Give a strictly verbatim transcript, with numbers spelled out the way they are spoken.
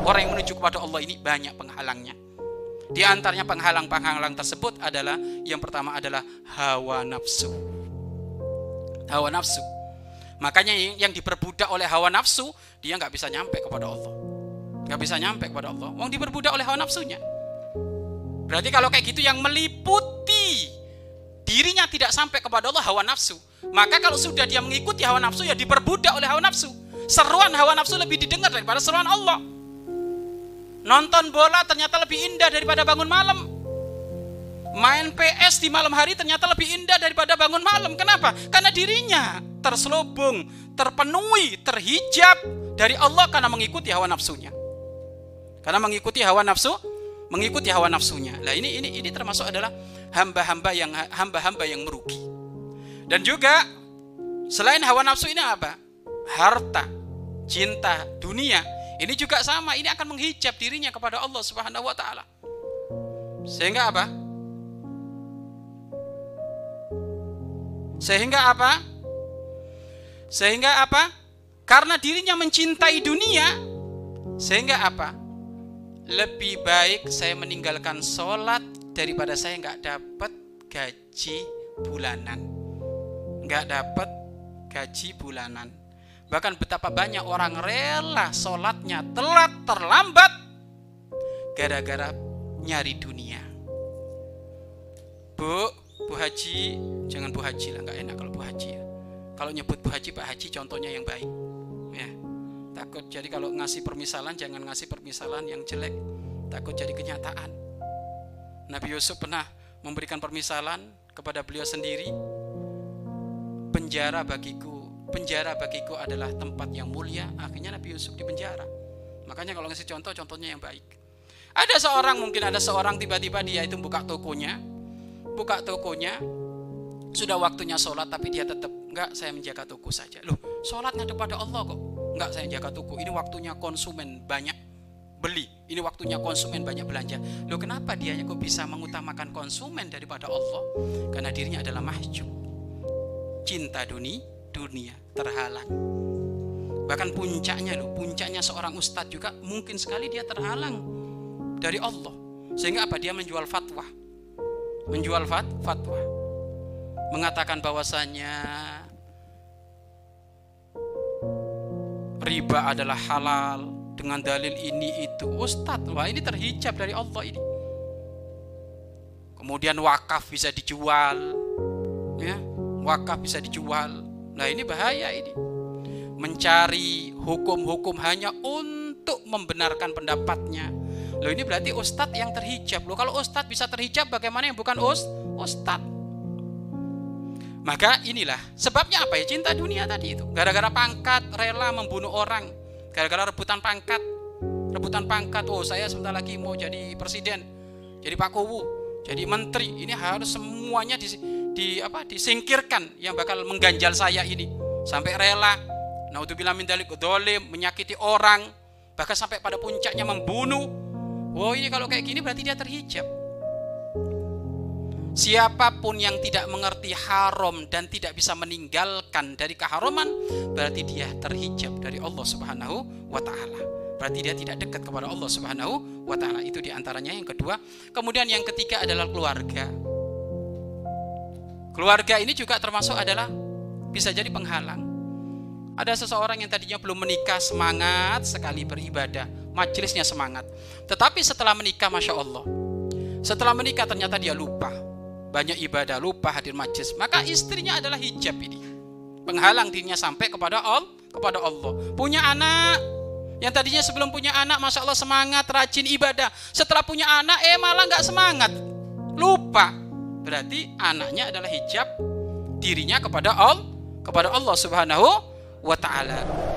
orang yang menuju kepada Allah ini banyak penghalangnya. Di antaranya penghalang-penghalang tersebut adalah, yang pertama adalah hawa nafsu. Hawa nafsu. Makanya yang diperbudak oleh hawa nafsu, dia nggak bisa nyampe kepada Allah. Nggak bisa nyampe kepada Allah. Wong diperbudak oleh hawa nafsunya. Berarti kalau kayak gitu yang meliputi dirinya tidak sampai kepada Allah hawa nafsu. Maka kalau sudah dia mengikuti hawa nafsu, ya diperbudak oleh hawa nafsu. Seruan hawa nafsu lebih didengar daripada seruan Allah. Nonton bola ternyata lebih indah daripada bangun malam. Main P S di malam hari ternyata lebih indah daripada bangun malam. Kenapa? Karena dirinya terselubung, terpenuhi, terhijab dari Allah karena mengikuti hawa nafsunya. Karena mengikuti hawa nafsu, mengikuti hawa nafsunya. Nah, ini ini ini termasuk adalah hamba-hamba yang hamba-hamba yang merugi. Dan juga selain hawa nafsu ini apa? Harta, cinta, dunia. Ini juga sama, ini akan menghijab dirinya kepada Allah Subhanahu wa taala. Sehingga apa? Sehingga apa? Sehingga apa? Karena dirinya mencintai dunia, sehingga apa? Lebih baik saya meninggalkan sholat daripada saya nggak dapat gaji bulanan. Nggak dapat gaji bulanan. Bahkan betapa banyak orang rela sholatnya telat, terlambat gara-gara nyari dunia. Bu, Bu Haji, jangan Bu Haji lah, nggak enak kalau Bu Haji ya. Kalau nyebut Bu Haji, Pak Haji contohnya yang baik. Ya, takut jadi kalau ngasih permisalan jangan ngasih permisalan yang jelek, takut jadi kenyataan. Nabi Yusuf pernah memberikan permisalan kepada beliau sendiri. Penjara bagiku Penjara bagiku adalah tempat yang mulia. Akhirnya Nabi Yusuf di penjara. Makanya kalau ngasih contoh, contohnya yang baik. Ada seorang, mungkin ada seorang tiba-tiba dia itu buka tokonya. Buka tokonya, sudah waktunya sholat, tapi dia tetap, enggak, saya menjaga toko saja. Loh, sholatnya kepada Allah kok. Enggak, saya jaga toko. Ini waktunya konsumen banyak beli. Ini waktunya konsumen banyak belanja. Loh, kenapa dia kok bisa mengutamakan konsumen daripada Allah? Karena dirinya adalah mahjub. Cinta dunia. dunia terhalang. Bahkan puncaknya loh, puncaknya seorang ustadz juga mungkin sekali dia terhalang dari Allah. Sehingga apa? Dia menjual fatwa. Menjual fat, fatwa. Mengatakan bahwasanya riba adalah halal dengan dalil ini itu. Ustadz, wah ini terhijab dari Allah ini. Kemudian wakaf bisa dijual. Ya, wakaf bisa dijual. Nah, ini bahaya ini. Mencari hukum-hukum hanya untuk membenarkan pendapatnya. Loh, ini berarti ustadz yang terhijab. Loh, kalau ustadz bisa terhijab, bagaimana yang bukan ust ustadz? Maka inilah sebabnya apa ya? Cinta dunia tadi itu. Gara-gara pangkat rela membunuh orang. Gara-gara rebutan pangkat. Rebutan pangkat. Oh, saya sebentar lagi mau jadi presiden, jadi Pak Kuwu, jadi menteri. Ini harus semuanya di di apa disingkirkan yang bakal mengganjal saya ini, sampai rela naudzubillah min dzalik dolim, menyakiti orang, bahkan sampai pada puncaknya membunuh. Oh, ini kalau kayak gini berarti dia terhijab. Siapapun yang tidak mengerti haram dan tidak bisa meninggalkan dari keharaman, berarti dia terhijab dari Allah Subhanahu wa taala. Berarti dia tidak dekat kepada Allah Subhanahu wa taala. Itu diantaranya yang kedua. Kemudian yang ketiga adalah keluarga. Keluarga ini juga termasuk adalah bisa jadi penghalang. Ada seseorang yang tadinya belum menikah semangat sekali beribadah, majelisnya semangat. Tetapi setelah menikah, Masya Allah, setelah menikah ternyata dia lupa banyak ibadah, lupa hadir majelis. Maka istrinya adalah hijab ini, penghalang dirinya sampai kepada Allah, kepada Allah. Punya anak, yang tadinya sebelum punya anak, Masya Allah semangat, rajin ibadah. Setelah punya anak, eh malah gak semangat, lupa. Berarti anaknya adalah hijab dirinya kepada Allah, kepada Allah Subhanahu wa ta'ala.